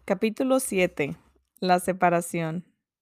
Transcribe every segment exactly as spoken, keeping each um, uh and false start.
Capítulo siete. La separación.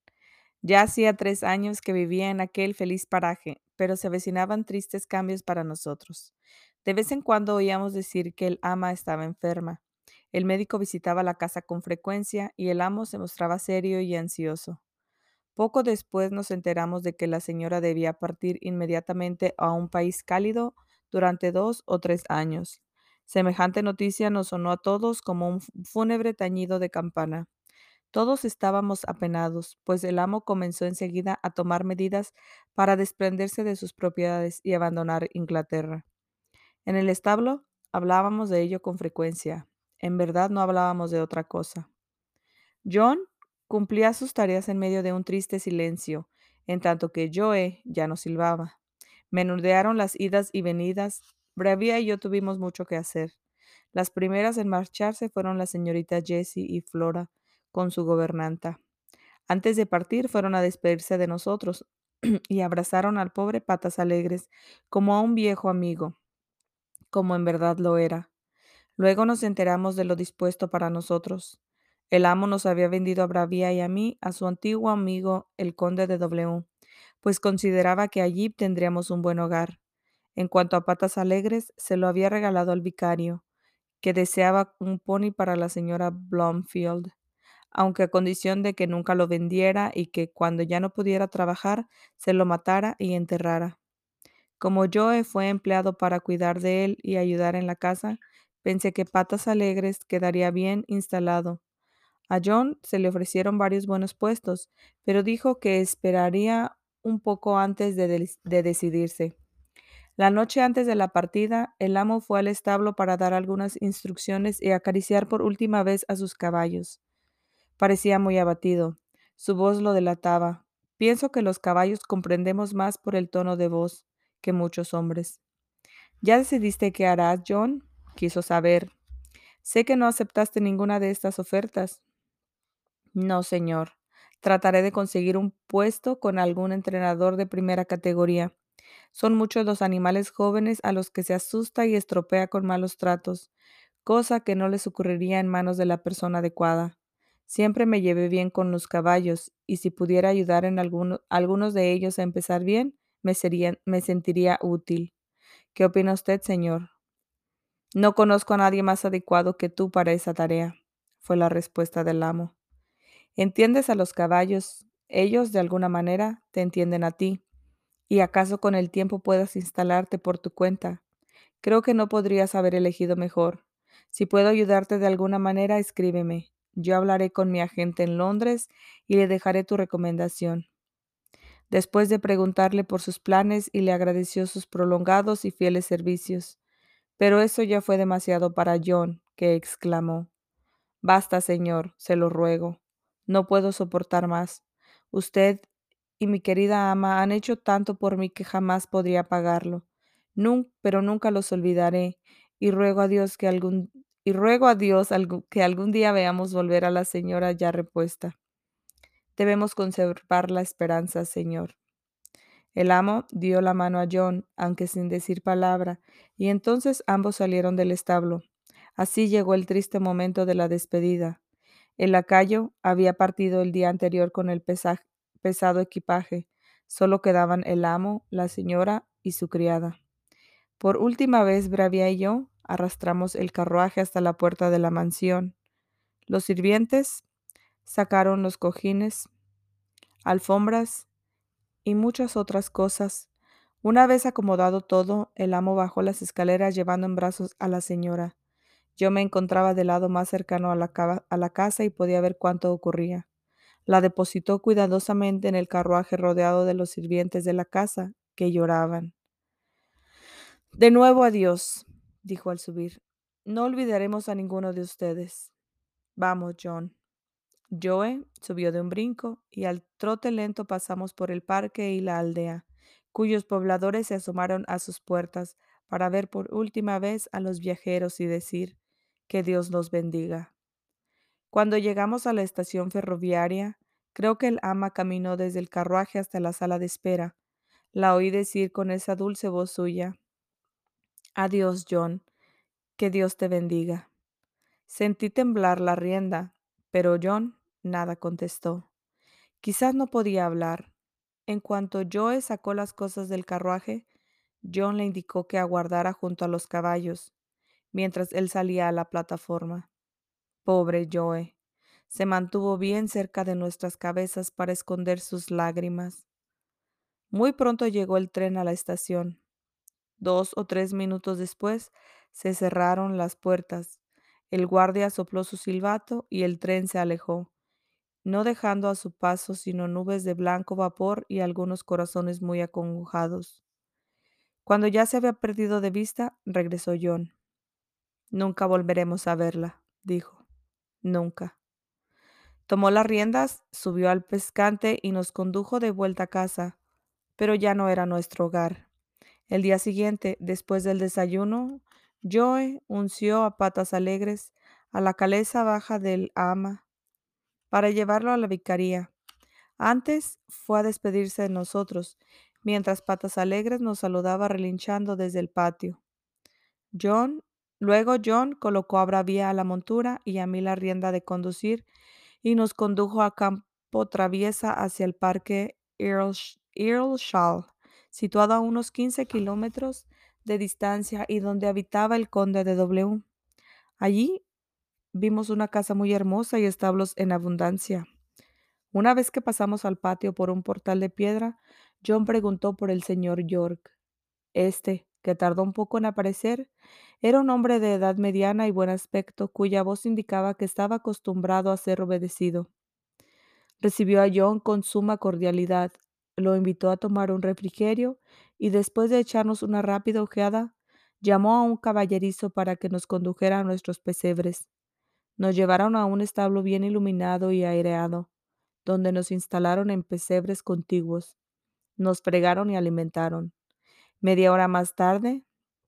Ya hacía tres años que vivía en aquel feliz paraje, pero se avecinaban tristes cambios para nosotros. De vez en cuando oíamos decir que el ama estaba enferma. El médico visitaba la casa con frecuencia y el amo se mostraba serio y ansioso. Poco después nos enteramos de que la señora debía partir inmediatamente a un país cálido durante dos o tres años. Semejante noticia nos sonó a todos como un fúnebre tañido de campana. Todos estábamos apenados, pues el amo comenzó enseguida a tomar medidas para desprenderse de sus propiedades y abandonar Inglaterra. En el establo hablábamos de ello con frecuencia. En verdad no hablábamos de otra cosa. John cumplía sus tareas en medio de un triste silencio, en tanto que Joe ya no silbaba. Menudearon las idas y venidas. Bravía y yo tuvimos mucho que hacer. Las primeras en marcharse fueron la señorita Jessie y Flora, con su gobernanta. Antes de partir fueron a despedirse de nosotros y abrazaron al pobre Patas Alegres como a un viejo amigo, como en verdad lo era. Luego nos enteramos de lo dispuesto para nosotros. El amo nos había vendido a Bravía y a mí a su antiguo amigo el conde de W, pues consideraba que allí tendríamos un buen hogar. En cuanto a Patas Alegres, se lo había regalado al vicario, que deseaba un pony para la señora Blomfield, aunque a condición de que nunca lo vendiera y que cuando ya no pudiera trabajar, se lo matara y enterrara. Como Joe fue empleado para cuidar de él y ayudar en la casa, pensé que Patas Alegres quedaría bien instalado. A John se le ofrecieron varios buenos puestos, pero dijo que esperaría un poco antes de, des- de decidirse. La noche antes de la partida, el amo fue al establo para dar algunas instrucciones y acariciar por última vez a sus caballos. Parecía muy abatido. Su voz lo delataba. Pienso que los caballos comprendemos más por el tono de voz que muchos hombres. ¿Ya decidiste qué harás, John? Quiso saber. Sé que no aceptaste ninguna de estas ofertas. No, señor. Trataré de conseguir un puesto con algún entrenador de primera categoría. Son muchos los animales jóvenes a los que se asusta y estropea con malos tratos, cosa que no les ocurriría en manos de la persona adecuada. Siempre me llevé bien con los caballos, y si pudiera ayudar en alguno- algunos de ellos a empezar bien, me sería- me sentiría útil. ¿Qué opina usted, señor? No conozco a nadie más adecuado que tú para esa tarea, fue la respuesta del amo. Entiendes a los caballos, ellos de alguna manera te entienden a ti, y acaso con el tiempo puedas instalarte por tu cuenta. Creo que no podrías haber elegido mejor. Si puedo ayudarte de alguna manera, escríbeme. Yo hablaré con mi agente en Londres y le dejaré tu recomendación. Después de preguntarle por sus planes y le agradeció sus prolongados y fieles servicios. Pero eso ya fue demasiado para John, que exclamó: Basta, señor, se lo ruego. No puedo soportar más. Usted y mi querida ama han hecho tanto por mí que jamás podría pagarlo. Nun- pero nunca los olvidaré, y ruego a Dios que algún y ruego a Dios algu- que algún día veamos volver a la señora ya repuesta. Debemos conservar la esperanza, señor. El amo dio la mano a John, aunque sin decir palabra, y entonces ambos salieron del establo. Así llegó el triste momento de la despedida. El lacayo había partido el día anterior con el pesa- pesado equipaje. Solo quedaban el amo, la señora y su criada. Por última vez, Bravia y yo arrastramos el carruaje hasta la puerta de la mansión. Los sirvientes sacaron los cojines, alfombras y muchas otras cosas. Una vez acomodado todo, el amo bajó las escaleras llevando en brazos a la señora. Yo me encontraba del lado más cercano a la, cava- a la casa y podía ver cuánto ocurría. La depositó cuidadosamente en el carruaje rodeado de los sirvientes de la casa, que lloraban. De nuevo adiós, dijo al subir. No olvidaremos a ninguno de ustedes. Vamos, John. Joe subió de un brinco y al trote lento pasamos por el parque y la aldea, cuyos pobladores se asomaron a sus puertas para ver por última vez a los viajeros y decir que Dios los bendiga. Cuando llegamos a la estación ferroviaria, creo que el ama caminó desde el carruaje hasta la sala de espera. La oí decir con esa dulce voz suya: Adiós, John, que Dios te bendiga. Sentí temblar la rienda, Pero John nada contestó. Quizás no podía hablar. En cuanto Joe sacó las cosas del carruaje, John le indicó que aguardara junto a los caballos, mientras él salía a la plataforma. Pobre Joe. Se mantuvo bien cerca de nuestras cabezas para esconder sus lágrimas. Muy pronto llegó el tren a la estación. Dos o tres minutos después se cerraron las puertas. El guardia sopló su silbato y el tren se alejó, no dejando a su paso sino nubes de blanco vapor y algunos corazones muy acongojados. Cuando ya se había perdido de vista, regresó John. Nunca volveremos a verla, dijo. Nunca. Tomó las riendas, subió al pescante y nos condujo de vuelta a casa, pero ya no era nuestro hogar. El día siguiente, después del desayuno, Joe unció a Patas Alegres a la caleza baja del ama para llevarlo a la vicaría. Antes fue a despedirse de nosotros, mientras Patas Alegres nos saludaba relinchando desde el patio. John, luego John colocó a Bravía a la montura y a mí la rienda de conducir y nos condujo a campo traviesa hacia el parque Earls- Earlshall, situado a unos quince kilómetros de distancia y donde habitaba el conde de W. Allí vimos una casa muy hermosa y establos en abundancia. Una vez que pasamos al patio por un portal de piedra, John preguntó por el señor York. Este, que tardó un poco en aparecer, era un hombre de edad mediana y buen aspecto, cuya voz indicaba que estaba acostumbrado a ser obedecido. Recibió a John con suma cordialidad, lo invitó a tomar un refrigerio y después de echarnos una rápida ojeada, llamó a un caballerizo para que nos condujera a nuestros pesebres. Nos llevaron a un establo bien iluminado y aireado, donde nos instalaron en pesebres contiguos. Nos fregaron y alimentaron. Media hora más tarde,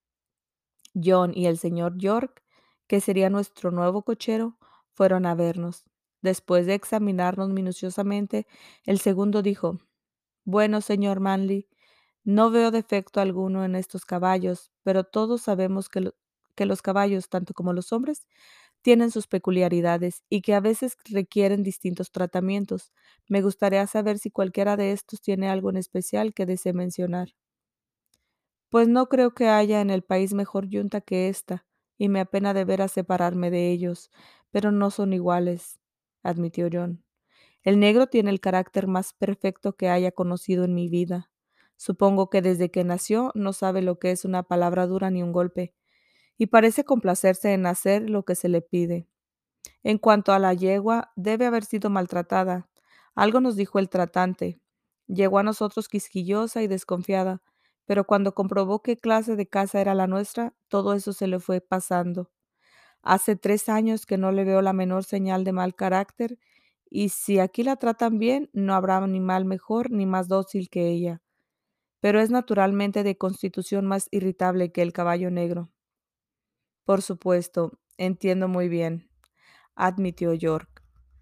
John y el señor York, que sería nuestro nuevo cochero, fueron a vernos. Después de examinarnos minuciosamente, el segundo dijo: Bueno, señor Manley, no veo defecto alguno en estos caballos, pero todos sabemos que, lo- que los caballos, tanto como los hombres, tienen sus peculiaridades y que a veces requieren distintos tratamientos. Me gustaría saber si cualquiera de estos tiene algo en especial que desee mencionar. Pues no creo que haya en el país mejor yunta que esta, y me apena de veras separarme de ellos, pero no son iguales, admitió John. El negro tiene el carácter más perfecto que haya conocido en mi vida. Supongo que desde que nació no sabe lo que es una palabra dura ni un golpe, y parece complacerse en hacer lo que se le pide. En cuanto a la yegua, debe haber sido maltratada. Algo nos dijo el tratante. Llegó a nosotros quisquillosa y desconfiada, pero cuando comprobó qué clase de casa era la nuestra, todo eso se le fue pasando. Hace tres años que no le veo la menor señal de mal carácter, y si aquí la tratan bien, no habrá animal mejor ni más dócil que ella. Pero es naturalmente de constitución más irritable que el caballo negro. Por supuesto, entiendo muy bien, admitió York.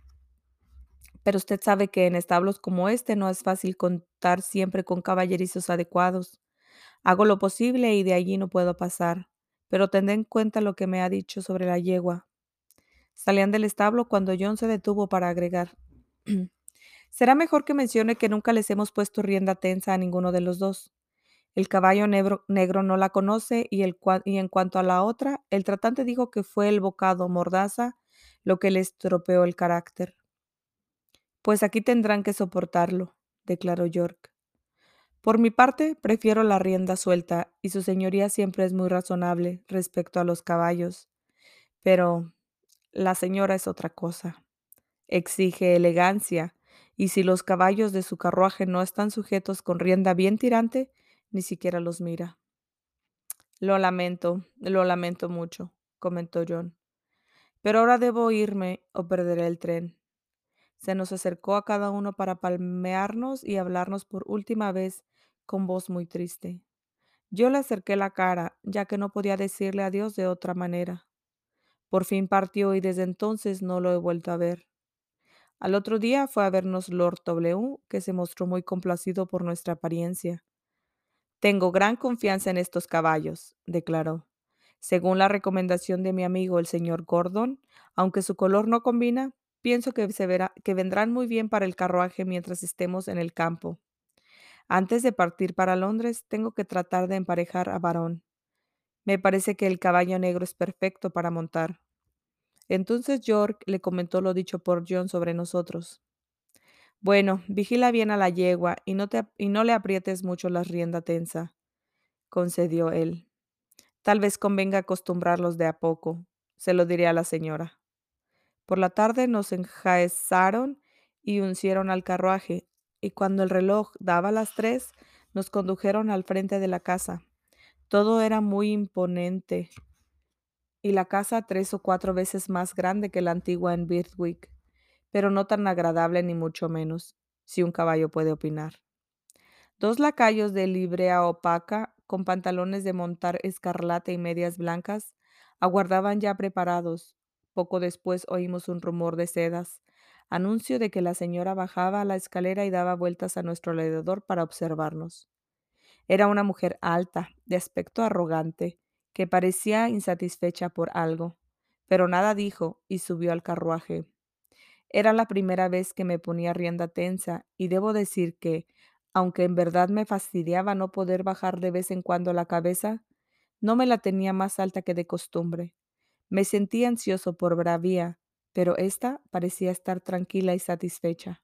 Pero usted sabe que en establos como este no es fácil contar siempre con caballerizos adecuados. Hago lo posible y de allí no puedo pasar, pero tendré en cuenta lo que me ha dicho sobre la yegua. Salían del establo cuando John se detuvo para agregar: Será mejor que mencione que nunca les hemos puesto rienda tensa a ninguno de los dos. El caballo negro, negro no la conoce y, el, cua- y en cuanto a la otra, el tratante dijo que fue el bocado mordaza lo que le estropeó el carácter. Pues aquí tendrán que soportarlo, declaró York. Por mi parte, prefiero la rienda suelta, y su señoría siempre es muy razonable respecto a los caballos. Pero la señora es otra cosa. Exige elegancia, y si los caballos de su carruaje no están sujetos con rienda bien tirante, ni siquiera los mira. Lo lamento, lo lamento mucho, comentó John. Pero ahora debo irme o perderé el tren. Se nos acercó a cada uno para palmearnos y hablarnos por última vez con voz muy triste. Yo le acerqué la cara, ya que no podía decirle adiós de otra manera. Por fin partió y desde entonces no lo he vuelto a ver. Al otro día fue a vernos Lord W, que se mostró muy complacido por nuestra apariencia. Tengo gran confianza en estos caballos, declaró. Según la recomendación de mi amigo el señor Gordon, aunque su color no combina, Pienso que se verá, que vendrán muy bien para el carruaje mientras estemos en el campo. Antes de partir para Londres, tengo que tratar de emparejar a Barón. Me parece que el caballo negro es perfecto para montar. Entonces York le comentó lo dicho por John sobre nosotros. Bueno, vigila bien a la yegua y no, te, ap- y no le aprietes mucho la rienda tensa, concedió él. Tal vez convenga acostumbrarlos de a poco, se lo diré a la señora. Por la tarde nos enjaezaron y uncieron al carruaje, y cuando el reloj daba las tres, nos condujeron al frente de la casa. Todo era muy imponente, y la casa tres o cuatro veces más grande que la antigua en Birtwick, pero no tan agradable ni mucho menos, si un caballo puede opinar. Dos lacayos de librea opaca, con pantalones de montar escarlata y medias blancas, aguardaban ya preparados. Poco después oímos un rumor de sedas, anuncio de que la señora bajaba a la escalera y daba vueltas a nuestro alrededor para observarnos. Era una mujer alta, de aspecto arrogante, que parecía insatisfecha por algo, pero nada dijo y subió al carruaje. Era la primera vez que me ponía rienda tensa y debo decir que, aunque en verdad me fastidiaba no poder bajar de vez en cuando la cabeza, no me la tenía más alta que de costumbre. Me sentía ansioso por Bravía, pero ésta parecía estar tranquila y satisfecha.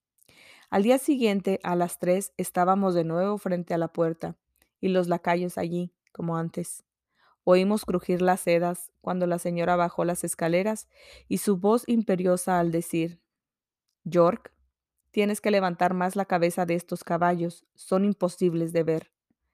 Al día siguiente, a las tres, estábamos de nuevo frente a la puerta, y los lacayos allí, como antes. Oímos crujir las sedas cuando la señora bajó las escaleras y su voz imperiosa al decir: York, tienes que levantar más la cabeza de estos caballos, son imposibles de ver.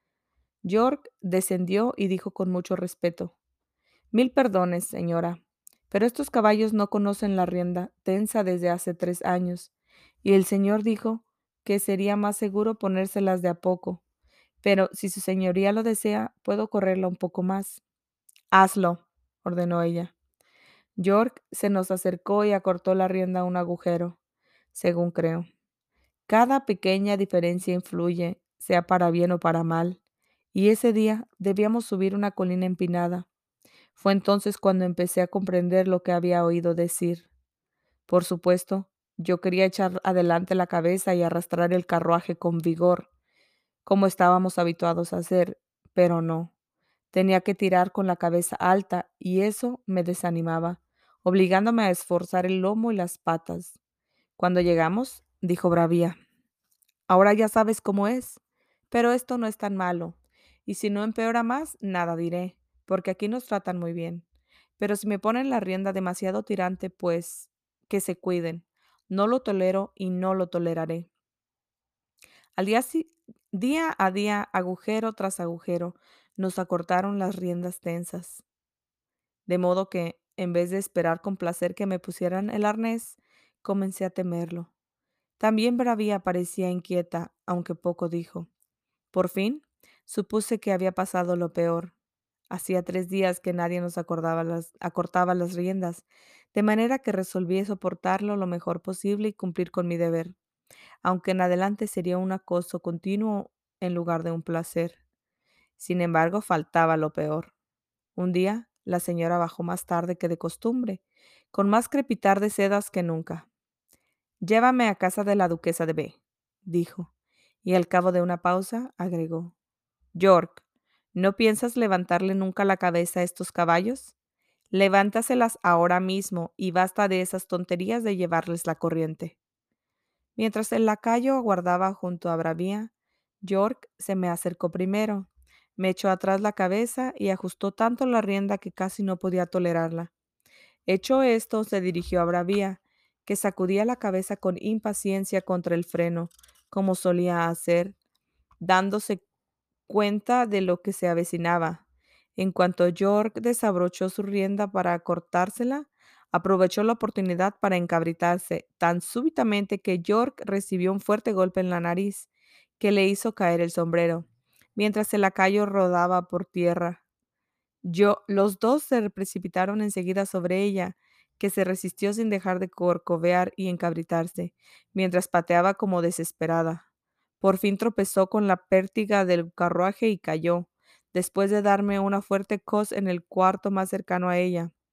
York descendió y dijo con mucho respeto: Mil perdones, señora, pero estos caballos no conocen la rienda tensa desde hace tres años, y el señor dijo que sería más seguro ponérselas de a poco, pero si su señoría lo desea, puedo correrla un poco más. Hazlo, ordenó ella. York se nos acercó y acortó la rienda a un agujero, según creo. Cada pequeña diferencia influye, sea para bien o para mal, y ese día debíamos subir una colina empinada. Fue entonces cuando empecé a comprender lo que había oído decir. Por supuesto, yo quería echar adelante la cabeza y arrastrar el carruaje con vigor, como estábamos habituados a hacer, pero no. Tenía que tirar con la cabeza alta y eso me desanimaba, obligándome a esforzar el lomo y las patas. Cuando llegamos, dijo Bravía: Ahora ya sabes cómo es, pero esto no es tan malo, y si no empeora más, nada diré, porque aquí nos tratan muy bien. Pero si me ponen la rienda demasiado tirante, pues que se cuiden. No lo tolero y no lo toleraré. Al día, si- Día a día, agujero tras agujero, nos acortaron las riendas tensas, de modo que, en vez de esperar con placer que me pusieran el arnés, comencé a temerlo. También Bravía parecía inquieta, aunque poco dijo. Por fin, supuse que había pasado lo peor. Hacía tres días que nadie nos acordaba las, acortaba las riendas, de manera que resolví soportarlo lo mejor posible y cumplir con mi deber, aunque en adelante sería un acoso continuo en lugar de un placer. Sin embargo, faltaba lo peor. Un día, la señora bajó más tarde que de costumbre, con más crepitar de sedas que nunca. Llévame a casa de la duquesa de B, dijo, y al cabo de una pausa agregó: York, ¿no piensas levantarle nunca la cabeza a estos caballos? Levántaselas ahora mismo y basta de esas tonterías de llevarles la corriente. Mientras el lacayo aguardaba junto a Bravía, York se me acercó primero, me echó atrás la cabeza y ajustó tanto la rienda que casi no podía tolerarla. Hecho esto, se dirigió a Bravía, que sacudía la cabeza con impaciencia contra el freno, como solía hacer, dándose cuenta de lo que se avecinaba. En cuanto York desabrochó su rienda para cortársela, aprovechó la oportunidad para encabritarse tan súbitamente que York recibió un fuerte golpe en la nariz, que le hizo caer el sombrero, mientras el lacayo rodaba por tierra. Yo, los dos se precipitaron enseguida sobre ella, que se resistió sin dejar de corcovear y encabritarse, mientras pateaba como desesperada. Por fin tropezó con la pértiga del carruaje y cayó, después de darme una fuerte cos en el cuarto más cercano a ella.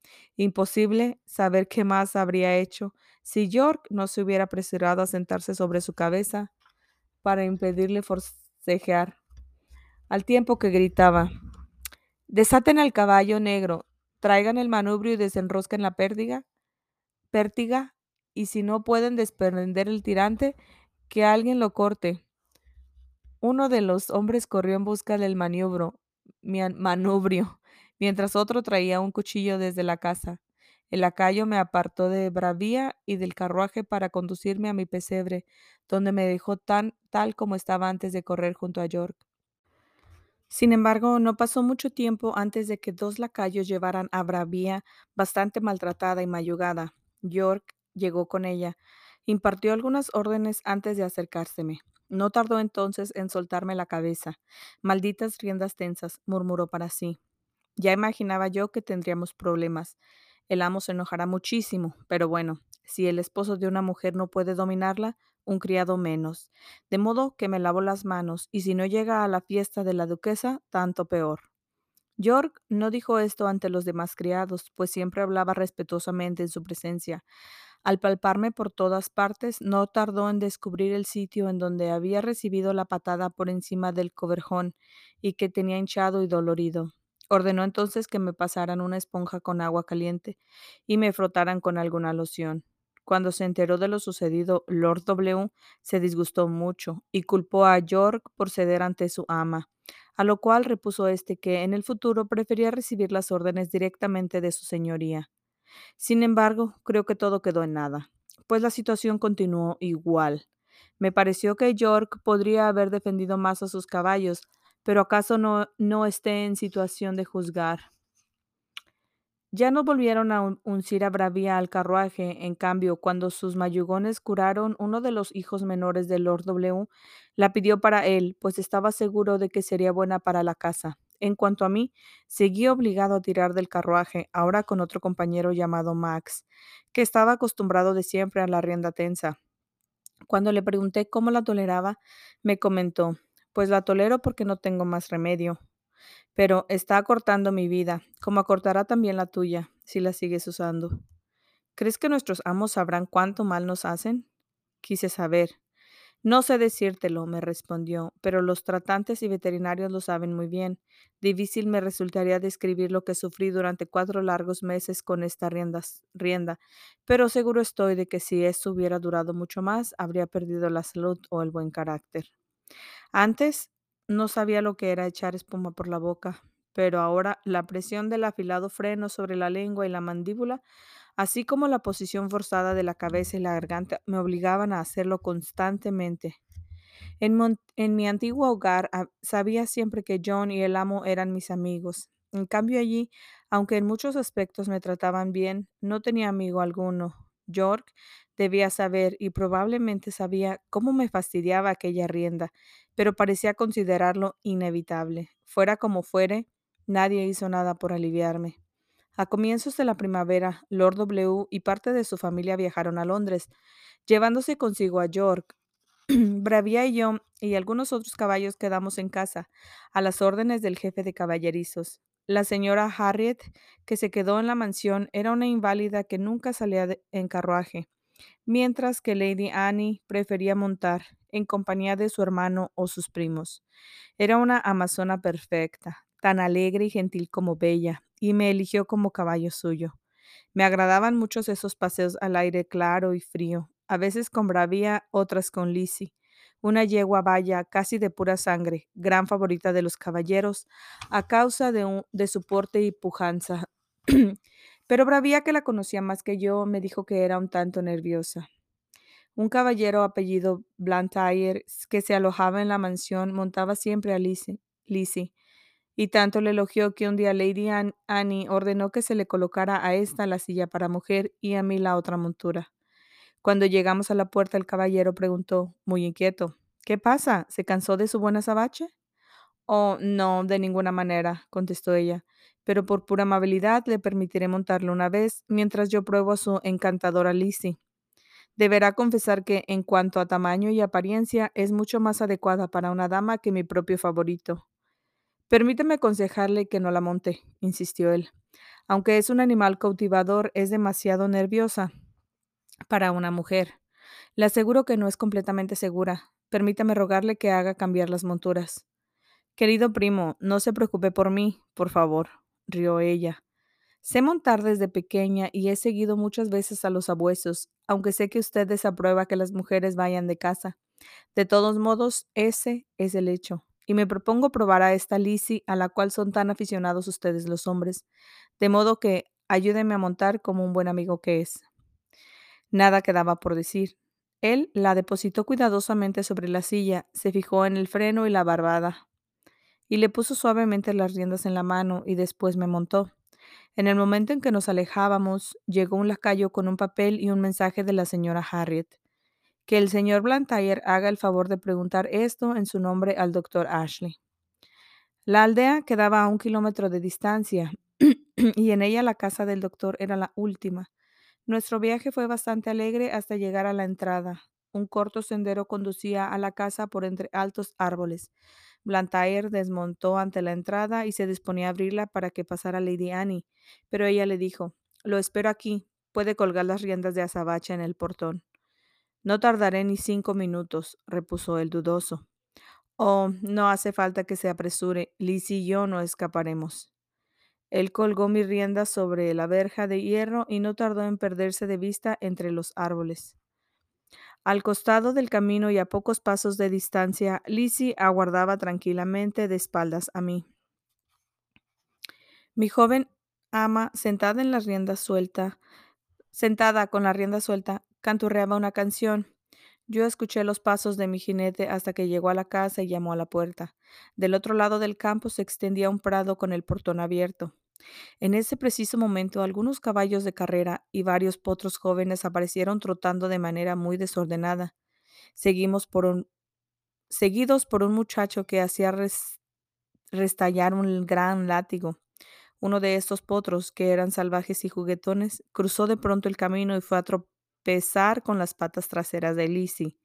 Imposible saber qué más habría hecho si York no se hubiera apresurado a sentarse sobre su cabeza para impedirle forcejear, al tiempo que gritaba: «Desaten al caballo negro, traigan el manubrio y desenrosquen la pértiga, pértiga, y si no pueden desprender el tirante, que alguien lo corte». Uno de los hombres corrió en busca del maniobro, mian- manubrio, mientras otro traía un cuchillo desde la casa. El lacayo me apartó de Bravía y del carruaje para conducirme a mi pesebre, donde me dejó tan tal como estaba antes de correr junto a York. Sin embargo, no pasó mucho tiempo antes de que dos lacayos llevaran a Bravía bastante maltratada y mayugada. York llegó con ella. Impartió algunas órdenes antes de acercárseme. No tardó entonces en soltarme la cabeza. Malditas riendas tensas, murmuró para sí. Ya imaginaba yo que tendríamos problemas. El amo se enojará muchísimo, pero bueno, si el esposo de una mujer no puede dominarla, un criado menos. De modo que me lavo las manos, y si no llega a la fiesta de la duquesa, tanto peor. York no dijo esto ante los demás criados, pues siempre hablaba respetuosamente en su presencia. Al palparme por todas partes, no tardó en descubrir el sitio en donde había recibido la patada por encima del coberjón y que tenía hinchado y dolorido. Ordenó entonces que me pasaran una esponja con agua caliente y me frotaran con alguna loción. Cuando se enteró de lo sucedido, Lord W se disgustó mucho y culpó a York por ceder ante su ama, a lo cual repuso éste que en el futuro prefería recibir las órdenes directamente de su señoría. Sin embargo, creo que todo quedó en nada, pues la situación continuó igual. Me pareció que York podría haber defendido más a sus caballos, pero acaso no, no esté en situación de juzgar. Ya no volvieron a un- uncir a Bravía al carruaje, en cambio, cuando sus mayugones curaron, uno de los hijos menores de Lord W la pidió para él, pues estaba seguro de que sería buena para la casa. En cuanto a mí, seguí obligado a tirar del carruaje, ahora con otro compañero llamado Max, que estaba acostumbrado de siempre a la rienda tensa. Cuando le pregunté cómo la toleraba, me comentó: «Pues la tolero porque no tengo más remedio, pero está acortando mi vida, como acortará también la tuya, si la sigues usando». «¿Crees que nuestros amos sabrán cuánto mal nos hacen?», quise saber. «No sé decírtelo», me respondió, «pero los tratantes y veterinarios lo saben muy bien. Difícil me resultaría describir lo que sufrí durante cuatro largos meses con esta riendas- rienda, pero seguro estoy de que si esto hubiera durado mucho más, habría perdido la salud o el buen carácter. Antes no sabía lo que era echar espuma por la boca, pero ahora la presión del afilado freno sobre la lengua y la mandíbula, así como la posición forzada de la cabeza y la garganta, me obligaban a hacerlo constantemente. En, mon- en mi antiguo hogar ah, sabía siempre que John y el amo eran mis amigos. En cambio allí, aunque en muchos aspectos me trataban bien, no tenía amigo alguno. York debía saber y probablemente sabía cómo me fastidiaba aquella rienda, pero parecía considerarlo inevitable. Fuera como fuere, nadie hizo nada por aliviarme. A comienzos de la primavera, Lord W y parte de su familia viajaron a Londres, llevándose consigo a York. Bravía y yo y algunos otros caballos quedamos en casa, a las órdenes del jefe de caballerizos. La señora Harriet, que se quedó en la mansión, era una inválida que nunca salía de- en carruaje, mientras que Lady Annie prefería montar, en compañía de su hermano o sus primos. Era una amazona perfecta, tan alegre y gentil como bella, y me eligió como caballo suyo. Me agradaban muchos esos paseos al aire claro y frío, a veces con Bravía, otras con Lizzie, una yegua baya casi de pura sangre, gran favorita de los caballeros, a causa de, un- de su porte y pujanza. Pero Bravía, que la conocía más que yo, me dijo que era un tanto nerviosa. Un caballero apellido Blantyre, que se alojaba en la mansión, montaba siempre a Lizzie, Lizzie, y tanto le elogió que un día Lady An- Annie ordenó que se le colocara a esta la silla para mujer y a mí la otra montura. Cuando llegamos a la puerta, el caballero preguntó, muy inquieto: «¿Qué pasa? ¿Se cansó de su buen azabache?». «Oh, no, de ninguna manera», contestó ella, «pero por pura amabilidad le permitiré montarlo una vez, mientras yo pruebo a su encantadora Lizzie. Deberá confesar que, en cuanto a tamaño y apariencia, es mucho más adecuada para una dama que mi propio favorito». «Permíteme aconsejarle que no la monte», insistió él. Aunque es un animal cautivador, es demasiado nerviosa para una mujer. Le aseguro que no es completamente segura. Permítame rogarle que haga cambiar las monturas. Querido primo, no se preocupe por mí, por favor, rió ella. Sé montar desde pequeña y he seguido muchas veces a los abuesos, aunque sé que usted desaprueba que las mujeres vayan de casa. De todos modos, ese es el hecho. Y me propongo probar a esta Lizzie a la cual son tan aficionados ustedes los hombres. De modo que ayúdeme a montar como un buen amigo que es. Nada quedaba por decir. Él la depositó cuidadosamente sobre la silla, se fijó en el freno y la barbada, y le puso suavemente las riendas en la mano y después me montó. En el momento en que nos alejábamos, llegó un lacayo con un papel y un mensaje de la señora Harriet. Que el señor Blantyre haga el favor de preguntar esto en su nombre al doctor Ashley. La aldea quedaba a un kilómetro de distancia y en ella la casa del doctor era la última. Nuestro viaje fue bastante alegre hasta llegar a la entrada. Un corto sendero conducía a la casa por entre altos árboles. Blantyre desmontó ante la entrada y se disponía a abrirla para que pasara Lady Annie, pero ella le dijo: «Lo espero aquí. Puede colgar las riendas de azabache en el portón». «No tardaré ni cinco minutos», repuso el dudoso. «Oh, no hace falta que se apresure. Lizzie y yo no escaparemos». Él colgó mi rienda sobre la verja de hierro y no tardó en perderse de vista entre los árboles. Al costado del camino y a pocos pasos de distancia, Lizzie aguardaba tranquilamente de espaldas a mí. Mi joven ama, sentada en la rienda suelta, sentada con la rienda suelta, canturreaba una canción. Yo escuché los pasos de mi jinete hasta que llegó a la casa y llamó a la puerta. Del otro lado del campo se extendía un prado con el portón abierto. En ese preciso momento, algunos caballos de carrera y varios potros jóvenes aparecieron trotando de manera muy desordenada. Seguimos por un, seguidos por un muchacho que hacía res- restallar un gran látigo. Uno de estos potros, que eran salvajes y juguetones, cruzó de pronto el camino y fue a tropezar con las patas traseras de Lizzie.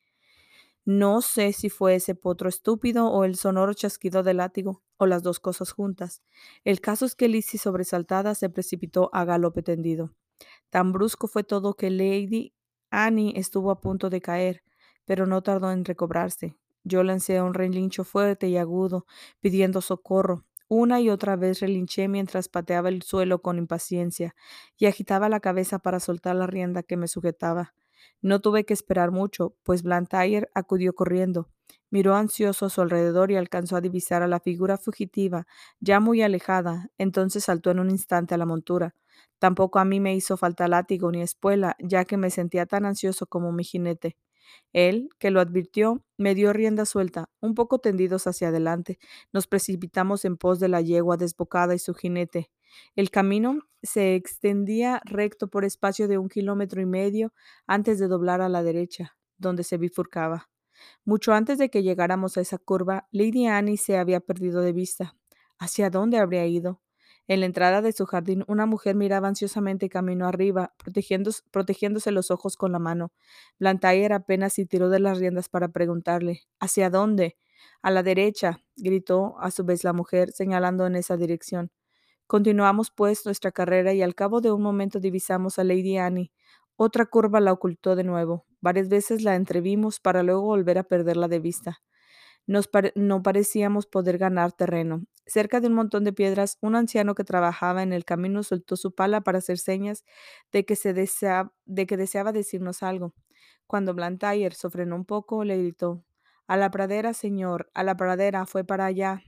No sé si fue ese potro estúpido o el sonoro chasquido del látigo, o las dos cosas juntas. El caso es que Lizzie, sobresaltada, se precipitó a galope tendido. Tan brusco fue todo que Lady Annie estuvo a punto de caer, pero no tardó en recobrarse. Yo lancé un relincho fuerte y agudo, pidiendo socorro. Una y otra vez relinché mientras pateaba el suelo con impaciencia y agitaba la cabeza para soltar la rienda que me sujetaba. No tuve que esperar mucho, pues Blantyre acudió corriendo. Miró ansioso a su alrededor y alcanzó a divisar a la figura fugitiva, ya muy alejada. Entonces saltó en un instante a la montura. Tampoco a mí me hizo falta látigo ni espuela, ya que me sentía tan ansioso como mi jinete. Él, que lo advirtió, me dio rienda suelta. Un poco tendidos hacia adelante, nos precipitamos en pos de la yegua desbocada y su jinete. El camino se extendía recto por espacio de un kilómetro y medio antes de doblar a la derecha, donde se bifurcaba. Mucho antes de que llegáramos a esa curva, Lady Annie se había perdido de vista. ¿Hacia dónde habría ido? En la entrada de su jardín, una mujer miraba ansiosamente camino arriba, protegiéndose, protegiéndose los ojos con la mano. Blantyre apenas si tiró de las riendas para preguntarle: ¿hacia dónde? A la derecha, gritó a su vez la mujer, señalando en esa dirección. Continuamos pues nuestra carrera y al cabo de un momento divisamos a Lady Annie. Otra curva la ocultó de nuevo. Varias veces la entrevimos para luego volver a perderla de vista. Nos pare- no parecíamos poder ganar terreno. Cerca de un montón de piedras, un anciano que trabajaba en el camino soltó su pala para hacer señas de que, se desea- de que deseaba decirnos algo. Cuando Blantyre se frenó un poco, le gritó: «A la pradera, señor, a la pradera, fue para allá».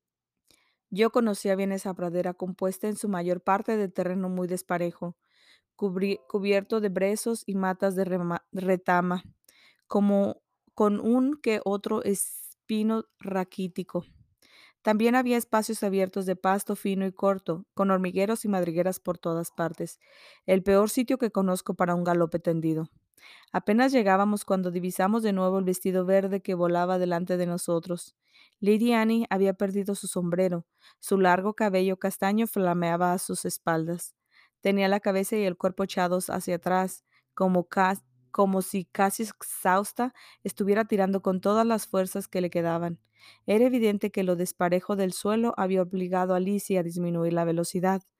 Yo conocía bien esa pradera, compuesta en su mayor parte de terreno muy desparejo, cubri- cubierto de brezos y matas de rema- retama, como con un que otro espino raquítico. También había espacios abiertos de pasto fino y corto, con hormigueros y madrigueras por todas partes, el peor sitio que conozco para un galope tendido. Apenas llegábamos cuando divisamos de nuevo el vestido verde que volaba delante de nosotros. Lady Annie había perdido su sombrero. Su largo cabello castaño flameaba a sus espaldas. Tenía la cabeza y el cuerpo echados hacia atrás, como, ca- como si casi exhausta estuviera tirando con todas las fuerzas que le quedaban. Era evidente que lo desparejo del suelo había obligado a Lizzie a disminuir la velocidad.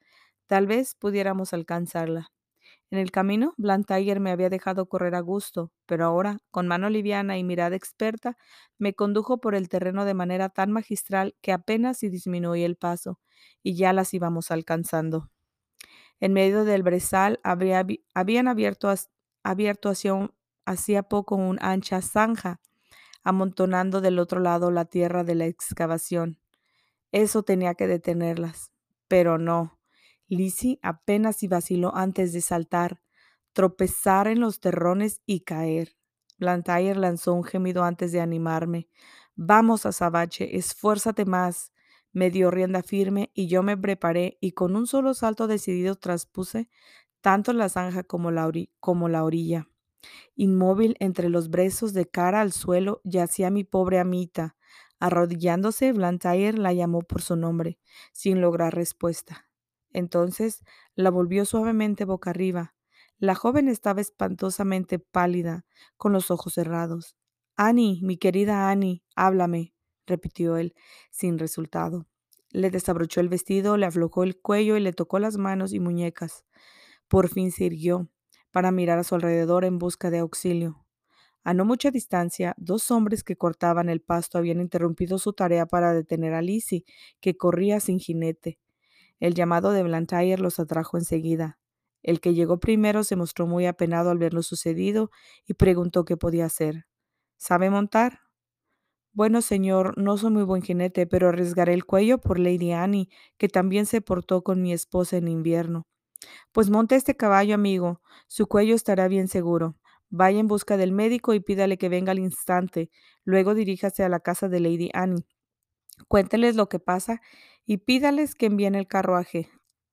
Tal vez pudiéramos alcanzarla. En el camino, Blantyre me había dejado correr a gusto, pero ahora, con mano liviana y mirada experta, me condujo por el terreno de manera tan magistral que apenas si disminuí el paso, y ya las íbamos alcanzando. En medio del brezal habría- habían abierto, as- abierto hacia un- hacía poco una ancha zanja, amontonando del otro lado la tierra de la excavación. Eso tenía que detenerlas. Pero no. Lizzie apenas si vaciló antes de saltar, tropezar en los terrones y caer. Blantyre lanzó un gemido antes de animarme. Vamos, azabache, esfuérzate más. Me dio rienda firme y yo me preparé y con un solo salto decidido traspuse tanto la zanja como la, ori- como la orilla. Inmóvil entre los brezos de cara al suelo yacía mi pobre amita. Arrodillándose, Blantyre la llamó por su nombre, sin lograr respuesta. Entonces la volvió suavemente boca arriba. La joven estaba espantosamente pálida, con los ojos cerrados. Annie, mi querida Annie, háblame, repitió él, sin resultado. Le desabrochó el vestido, le aflojó el cuello y le tocó las manos y muñecas. Por fin se irguió para mirar a su alrededor en busca de auxilio. A no mucha distancia, dos hombres que cortaban el pasto habían interrumpido su tarea para detener a Lizzie, que corría sin jinete. El llamado de Blantyre los atrajo enseguida. El que llegó primero se mostró muy apenado al ver lo sucedido y preguntó qué podía hacer. ¿Sabe montar? Bueno, señor, no soy muy buen jinete, pero arriesgaré el cuello por Lady Annie, que también se portó con mi esposa en invierno. Pues monte este caballo, amigo. Su cuello estará bien seguro. Vaya en busca del médico y pídale que venga al instante. Luego diríjase a la casa de Lady Annie. Cuénteles lo que pasa y pídales que envíen el carruaje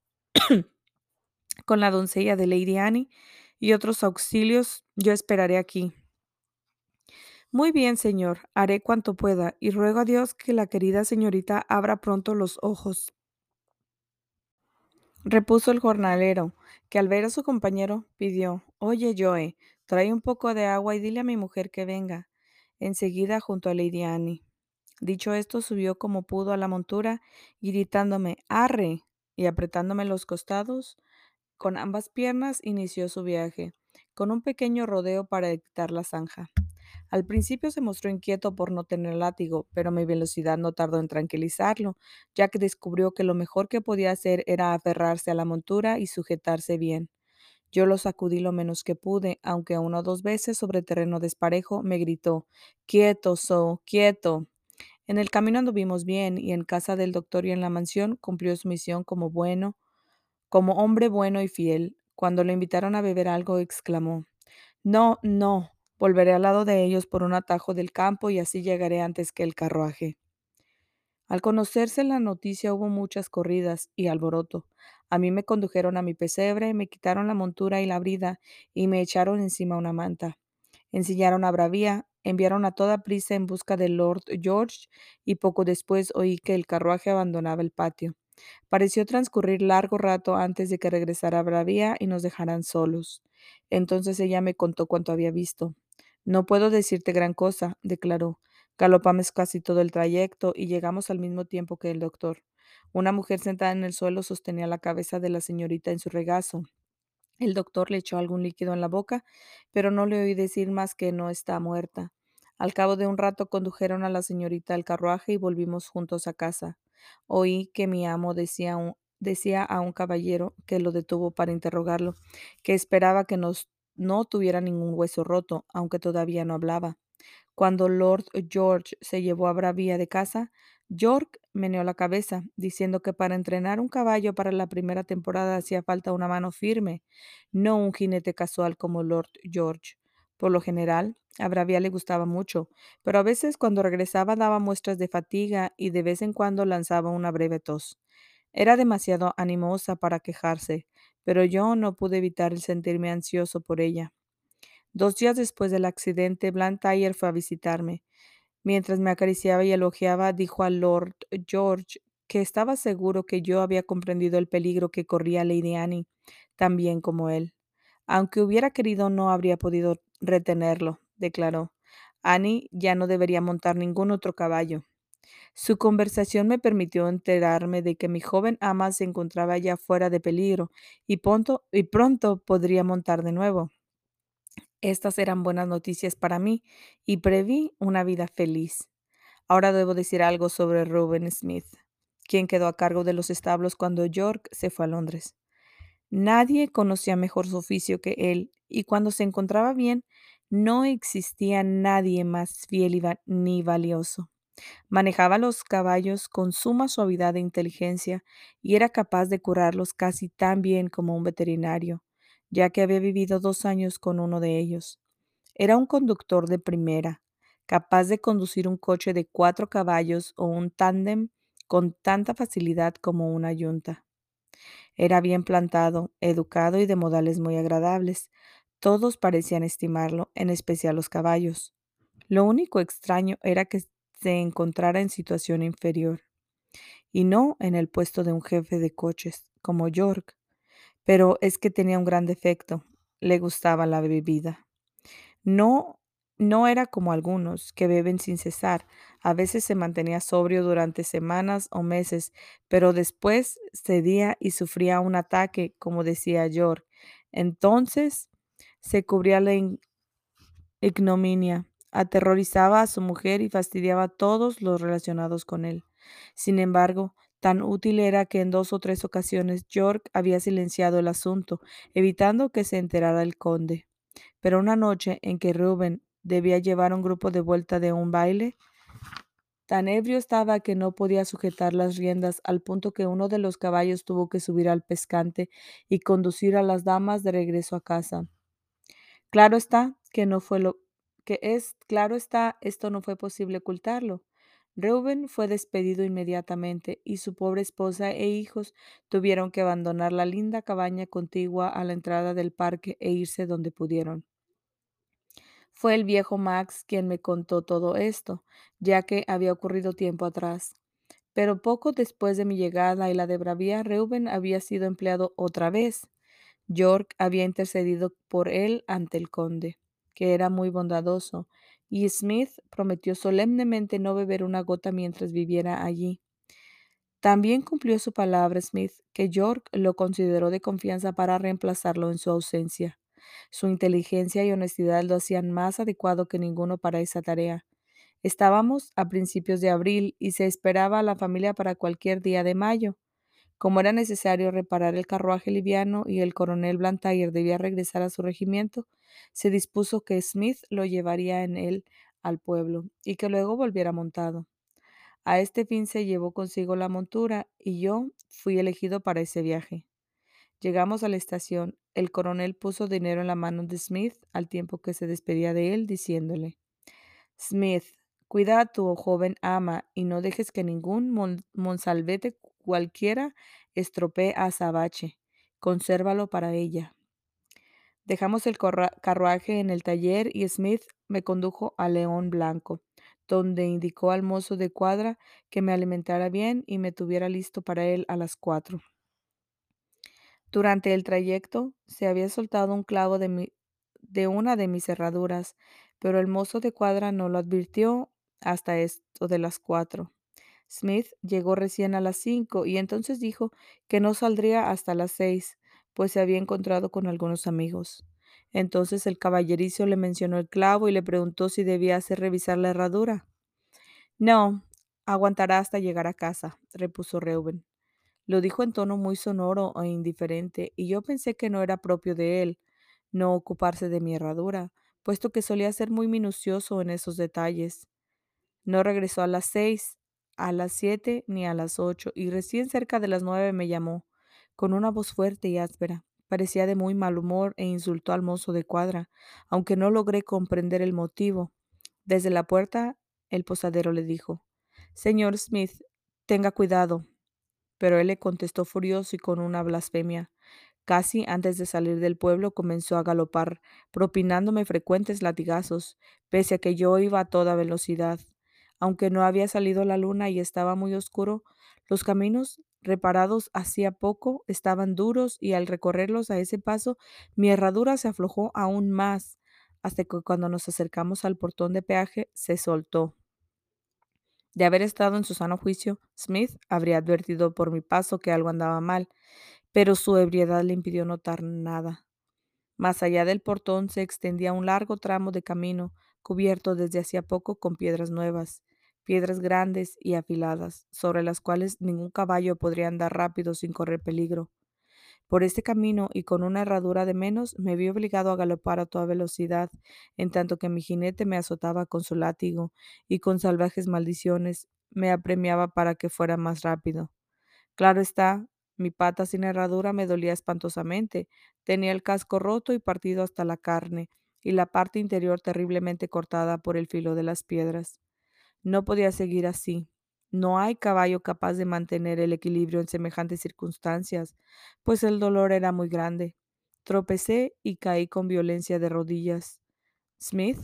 con la doncella de Lady Annie y otros auxilios. Yo esperaré aquí. Muy bien, señor. Haré cuanto pueda y ruego a Dios que la querida señorita abra pronto los ojos, repuso el jornalero, que al ver a su compañero pidió: Oye, Joe, trae un poco de agua y dile a mi mujer que venga. Enseguida junto a Lady Annie. Dicho esto, subió como pudo a la montura y gritándome ¡Arre! Y apretándome los costados, con ambas piernas inició su viaje, con un pequeño rodeo para evitar la zanja. Al principio se mostró inquieto por no tener látigo, pero mi velocidad no tardó en tranquilizarlo, ya que descubrió que lo mejor que podía hacer era aferrarse a la montura y sujetarse bien. Yo lo sacudí lo menos que pude, aunque una o dos veces sobre terreno desparejo me gritó: Quieto, So, quieto. En el camino anduvimos bien, y en casa del doctor y en la mansión cumplió su misión como bueno, como hombre bueno y fiel. Cuando le invitaron a beber algo, exclamó: No, no, volveré al lado de ellos por un atajo del campo y así llegaré antes que el carruaje. Al conocerse la noticia hubo muchas corridas y alboroto. A mí me condujeron a mi pesebre, me quitaron la montura y la brida y me echaron encima una manta. Ensillaron a Bravía, enviaron a toda prisa en busca de Lord George y poco después oí que el carruaje abandonaba el patio. Pareció transcurrir largo rato antes de que regresara Bravía y nos dejaran solos. Entonces ella me contó cuanto había visto. No puedo decirte gran cosa, declaró. Galopamos casi todo el trayecto y llegamos al mismo tiempo que el doctor. Una mujer sentada en el suelo sostenía la cabeza de la señorita en su regazo. El doctor le echó algún líquido en la boca, pero no le oí decir más que no está muerta. Al cabo de un rato condujeron a la señorita al carruaje y volvimos juntos a casa. Oí que mi amo decía, a un- decía a un caballero que lo detuvo para interrogarlo, que esperaba que nos, no tuviera ningún hueso roto, aunque todavía no hablaba. Cuando Lord George se llevó a Bravía de casa, York meneó la cabeza, diciendo que para entrenar un caballo para la primera temporada hacía falta una mano firme, no un jinete casual como Lord George. Por lo general, a Bravía le gustaba mucho, pero a veces cuando regresaba daba muestras de fatiga y de vez en cuando lanzaba una breve tos. Era demasiado animosa para quejarse, pero yo no pude evitar el sentirme ansioso por ella. Dos días después del accidente, Blantyre fue a visitarme. Mientras me acariciaba y elogiaba, dijo a Lord George que estaba seguro que yo había comprendido el peligro que corría Lady Annie, tan bien como él. Aunque hubiera querido, no habría podido retenerlo, declaró. Annie ya no debería montar ningún otro caballo. Su conversación me permitió enterarme de que mi joven ama se encontraba ya fuera de peligro y pronto, y pronto podría montar de nuevo. Estas eran buenas noticias para mí y preví una vida feliz. Ahora debo decir algo sobre Reuben Smith, quien quedó a cargo de los establos cuando York se fue a Londres. Nadie conocía mejor su oficio que él, y cuando se encontraba bien, no existía nadie más fiel y va- ni valioso. Manejaba los caballos con suma suavidad e inteligencia y era capaz de curarlos casi tan bien como un veterinario, ya que había vivido dos años con uno de ellos. Era un conductor de primera, capaz de conducir un coche de cuatro caballos o un tándem con tanta facilidad como una yunta. Era bien plantado, educado y de modales muy agradables. Todos parecían estimarlo, en especial los caballos. Lo único extraño era que se encontrara en situación inferior, y no en el puesto de un jefe de coches, como York. Pero es que tenía un gran defecto: le gustaba la bebida. No, no era como algunos que beben sin cesar. A veces se mantenía sobrio durante semanas o meses, pero después cedía y sufría un ataque, como decía York. Entonces se cubría la ignominia, aterrorizaba a su mujer y fastidiaba a todos los relacionados con él. Sin embargo, tan útil era que en dos o tres ocasiones York había silenciado el asunto, evitando que se enterara el conde. Pero una noche en que Reuben debía llevar a un grupo de vuelta de un baile, tan ebrio estaba que no podía sujetar las riendas, al punto que uno de los caballos tuvo que subir al pescante y conducir a las damas de regreso a casa. Claro está que no fue lo que es, claro está, esto no fue posible ocultarlo. Reuben fue despedido inmediatamente y su pobre esposa e hijos tuvieron que abandonar la linda cabaña contigua a la entrada del parque e irse donde pudieron. Fue el viejo Max quien me contó todo esto, ya que había ocurrido tiempo atrás. Pero poco después de mi llegada y la de Bravía, Reuben había sido empleado otra vez. York había intercedido por él ante el conde, que era muy bondadoso, y Smith prometió solemnemente no beber una gota mientras viviera allí. También cumplió su palabra Smith, que York lo consideró de confianza para reemplazarlo en su ausencia. Su inteligencia y honestidad lo hacían más adecuado que ninguno para esa tarea. Estábamos a principios de abril y se esperaba a la familia para cualquier día de mayo. Como era necesario reparar el carruaje liviano y el coronel Blantyre debía regresar a su regimiento, se dispuso que Smith lo llevaría en él al pueblo y que luego volviera montado. A este fin se llevó consigo la montura y yo fui elegido para ese viaje. Llegamos a la estación. El coronel puso dinero en la mano de Smith al tiempo que se despedía de él, diciéndole: Smith, cuida a tu joven ama y no dejes que ningún mon- monsalvete cualquiera estropee a Azabache. Consérvalo para ella. Dejamos el corra- carruaje en el taller y Smith me condujo a León Blanco, donde indicó al mozo de cuadra que me alimentara bien y me tuviera listo para él a las cuatro. Durante el trayecto se había soltado un clavo de, mi- de una de mis cerraduras, pero el mozo de cuadra no lo advirtió hasta esto de las cuatro. Smith llegó recién a las cinco y entonces dijo que no saldría hasta las seis, pues se había encontrado con algunos amigos. Entonces el caballerizo le mencionó el clavo y le preguntó si debía hacer revisar la herradura. No, aguantará hasta llegar a casa, repuso Reuben. Lo dijo en tono muy sonoro e indiferente, y yo pensé que no era propio de él no ocuparse de mi herradura, puesto que solía ser muy minucioso en esos detalles. No regresó a las seis, a las siete ni a las ocho, y recién cerca de las nueve me llamó, con una voz fuerte y áspera. Parecía de muy mal humor e insultó al mozo de cuadra, aunque no logré comprender el motivo. Desde la puerta, el posadero le dijo: Señor Smith, tenga cuidado. Pero él le contestó furioso y con una blasfemia. Casi antes de salir del pueblo comenzó a galopar, propinándome frecuentes latigazos, pese a que yo iba a toda velocidad. Aunque no había salido la luna y estaba muy oscuro, los caminos reparados hacía poco estaban duros y al recorrerlos a ese paso, mi herradura se aflojó aún más, hasta que cuando nos acercamos al portón de peaje se soltó. De haber estado en su sano juicio, Smith habría advertido por mi paso que algo andaba mal, pero su ebriedad le impidió notar nada. Más allá del portón se extendía un largo tramo de camino, cubierto desde hacía poco con piedras nuevas, piedras grandes y afiladas, sobre las cuales ningún caballo podría andar rápido sin correr peligro. Por este camino y con una herradura de menos, me vi obligado a galopar a toda velocidad, en tanto que mi jinete me azotaba con su látigo y con salvajes maldiciones me apremiaba para que fuera más rápido. Claro está, mi pata sin herradura me dolía espantosamente. Tenía el casco roto y partido hasta la carne, y la parte interior terriblemente cortada por el filo de las piedras. No podía seguir así. No hay caballo capaz de mantener el equilibrio en semejantes circunstancias, pues el dolor era muy grande. Tropecé y caí con violencia de rodillas. Smith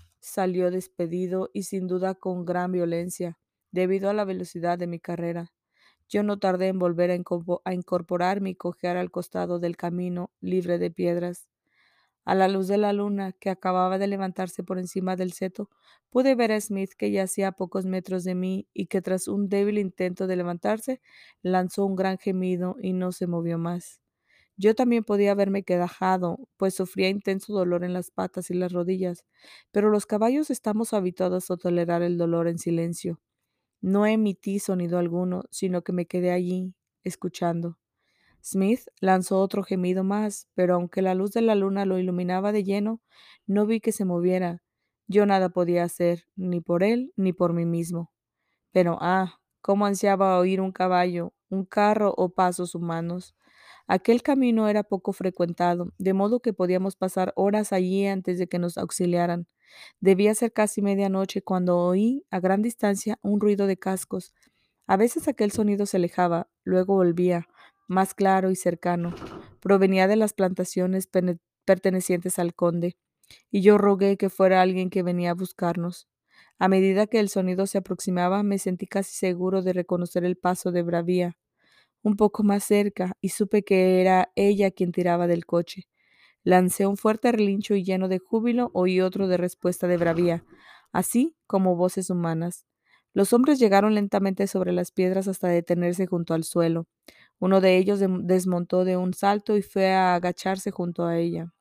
salió despedido y sin duda con gran violencia, debido a la velocidad de mi carrera. Yo no tardé en volver a, incorpo- a incorporarme y cojear al costado del camino libre de piedras. A la luz de la luna, que acababa de levantarse por encima del seto, pude ver a Smith que yacía a pocos metros de mí y que tras un débil intento de levantarse, lanzó un gran gemido y no se movió más. Yo también podía haberme quedado, pues sufría intenso dolor en las patas y las rodillas, pero los caballos estamos habituados a tolerar el dolor en silencio. No emití sonido alguno, sino que me quedé allí, escuchando. Smith lanzó otro gemido más, pero aunque la luz de la luna lo iluminaba de lleno, no vi que se moviera. Yo nada podía hacer, ni por él, ni por mí mismo. Pero, ah, cómo ansiaba oír un caballo, un carro o pasos humanos. Aquel camino era poco frecuentado, de modo que podíamos pasar horas allí antes de que nos auxiliaran. Debía ser casi medianoche cuando oí, a gran distancia, un ruido de cascos. A veces aquel sonido se alejaba, luego volvía, más claro y cercano. Provenía de las plantaciones pene- pertenecientes al conde, y yo rogué que fuera alguien que venía a buscarnos. A medida que el sonido se aproximaba, me sentí casi seguro de reconocer el paso de Bravía, un poco más cerca, y supe que era ella quien tiraba del coche. Lancé un fuerte relincho y lleno de júbilo oí otro de respuesta de Bravía, así como voces humanas. Los hombres llegaron lentamente sobre las piedras hasta detenerse junto al suelo. Uno de ellos dem- desmontó de un salto y fue a agacharse junto a ella.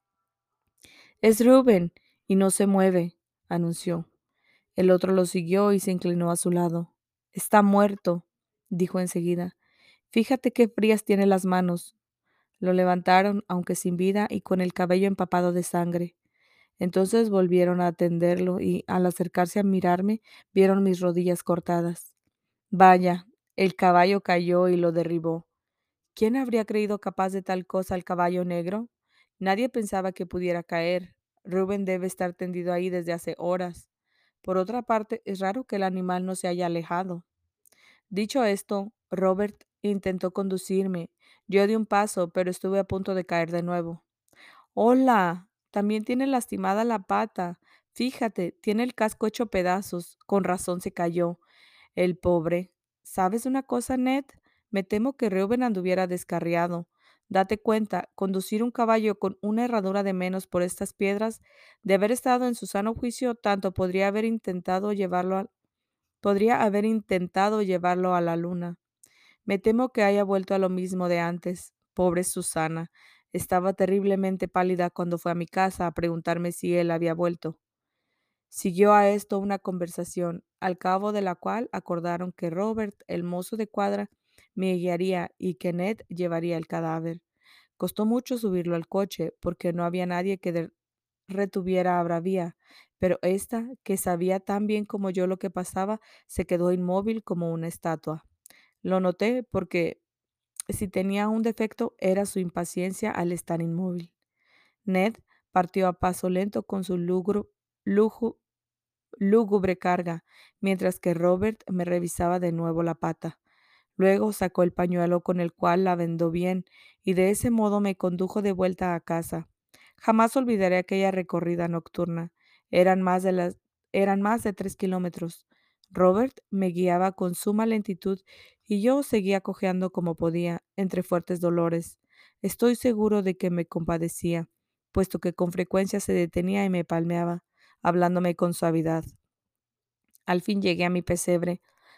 Es Reuben, y no se mueve, anunció. El otro lo siguió y se inclinó a su lado. Está muerto, dijo enseguida. Fíjate qué frías tiene las manos. Lo levantaron, aunque sin vida y con el cabello empapado de sangre. Entonces volvieron a atenderlo y, al acercarse a mirarme, vieron mis rodillas cortadas. Vaya, el caballo cayó y lo derribó. ¿Quién habría creído capaz de tal cosa al caballo negro? Nadie pensaba que pudiera caer. Rubén debe estar tendido ahí desde hace horas. Por otra parte, es raro que el animal no se haya alejado. Dicho esto, Robert intentó conducirme. Yo di un paso, pero estuve a punto de caer de nuevo. Hola, también tiene lastimada la pata. Fíjate, tiene el casco hecho pedazos. Con razón se cayó. El pobre. ¿Sabes una cosa, Ned? Me temo que Reuben anduviera descarriado. Date cuenta, conducir un caballo con una herradura de menos por estas piedras, de haber estado en su sano juicio, tanto podría haber intentado llevarlo a, podría haber intentado llevarlo a la luna. Me temo que haya vuelto a lo mismo de antes. Pobre Susana. Estaba terriblemente pálida cuando fue a mi casa a preguntarme si él había vuelto. Siguió a esto una conversación, al cabo de la cual acordaron que Robert, el mozo de cuadra, me guiaría y que Ned llevaría el cadáver. Costó mucho subirlo al coche, porque no había nadie que de- retuviera a Bravía, pero ésta, que sabía tan bien como yo lo que pasaba, se quedó inmóvil como una estatua. Lo noté porque si tenía un defecto era su impaciencia al estar inmóvil. Ned partió a paso lento con su lugro- lujo- lúgubre carga, mientras que Robert me revisaba de nuevo la pata. Luego sacó el pañuelo con el cual la vendó bien y de ese modo me condujo de vuelta a casa. Jamás olvidaré aquella recorrida nocturna. Eran más de las, eran más de tres kilómetros. Robert me guiaba con suma lentitud y yo seguía cojeando como podía, entre fuertes dolores. Estoy seguro de que me compadecía, puesto que con frecuencia se detenía y me palmeaba, hablándome con suavidad. Al fin llegué a mi pesebre.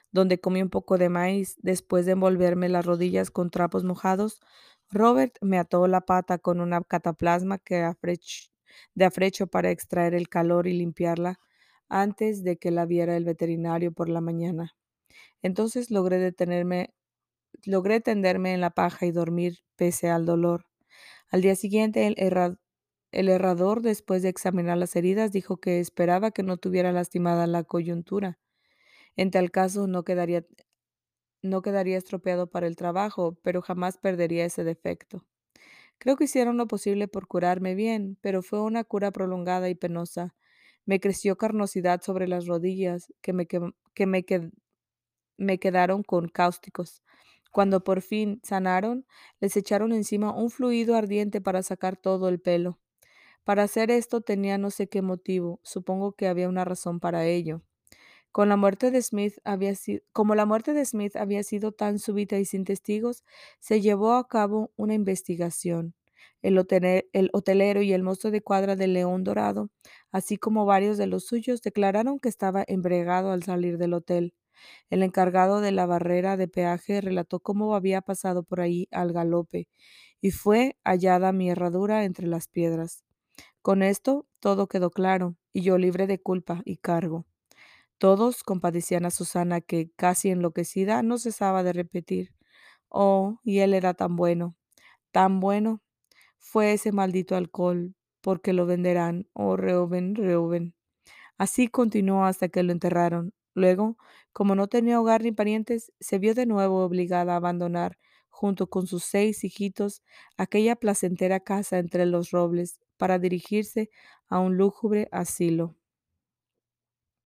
donde comí un poco de maíz. Después de envolverme las rodillas con trapos mojados, Robert me ató la pata con una cataplasma que afrech- de afrecho para extraer el calor y limpiarla antes de que la viera el veterinario por la mañana. Entonces logré detenerme, logré tenderme en la paja y dormir pese al dolor. Al día siguiente, el, herra- el herrador, después de examinar las heridas, dijo que esperaba que no tuviera lastimada la coyuntura. En tal caso, no quedaría, no quedaría estropeado para el trabajo, pero jamás perdería ese defecto. Creo que hicieron lo posible por curarme bien, pero fue una cura prolongada y penosa. Me creció carnosidad sobre las rodillas que me, quem- que me, qued- me quedaron con cáusticos. Cuando por fin sanaron, les echaron encima un fluido ardiente para sacar todo el pelo. Para hacer esto tenía no sé qué motivo, supongo que había una razón para ello. Con la muerte de Smith había sido, como la muerte de Smith había sido tan súbita y sin testigos, se llevó a cabo una investigación. El, hotele- el hotelero y el mozo de cuadra del León Dorado, así como varios de los suyos, declararon que estaba embriagado al salir del hotel. El encargado de la barrera de peaje relató cómo había pasado por ahí al galope y fue hallada mi herradura entre las piedras. Con esto todo quedó claro y yo libre de culpa y cargo. Todos compadecían a Susana que, casi enloquecida, no cesaba de repetir: "Oh, y él era tan bueno, tan bueno. Fue ese maldito alcohol, porque lo venderán. Oh, Reuben, Reuben". Así continuó hasta que lo enterraron. Luego, como no tenía hogar ni parientes, se vio de nuevo obligada a abandonar, junto con sus seis hijitos, aquella placentera casa entre los robles, para dirigirse a un lúgubre asilo.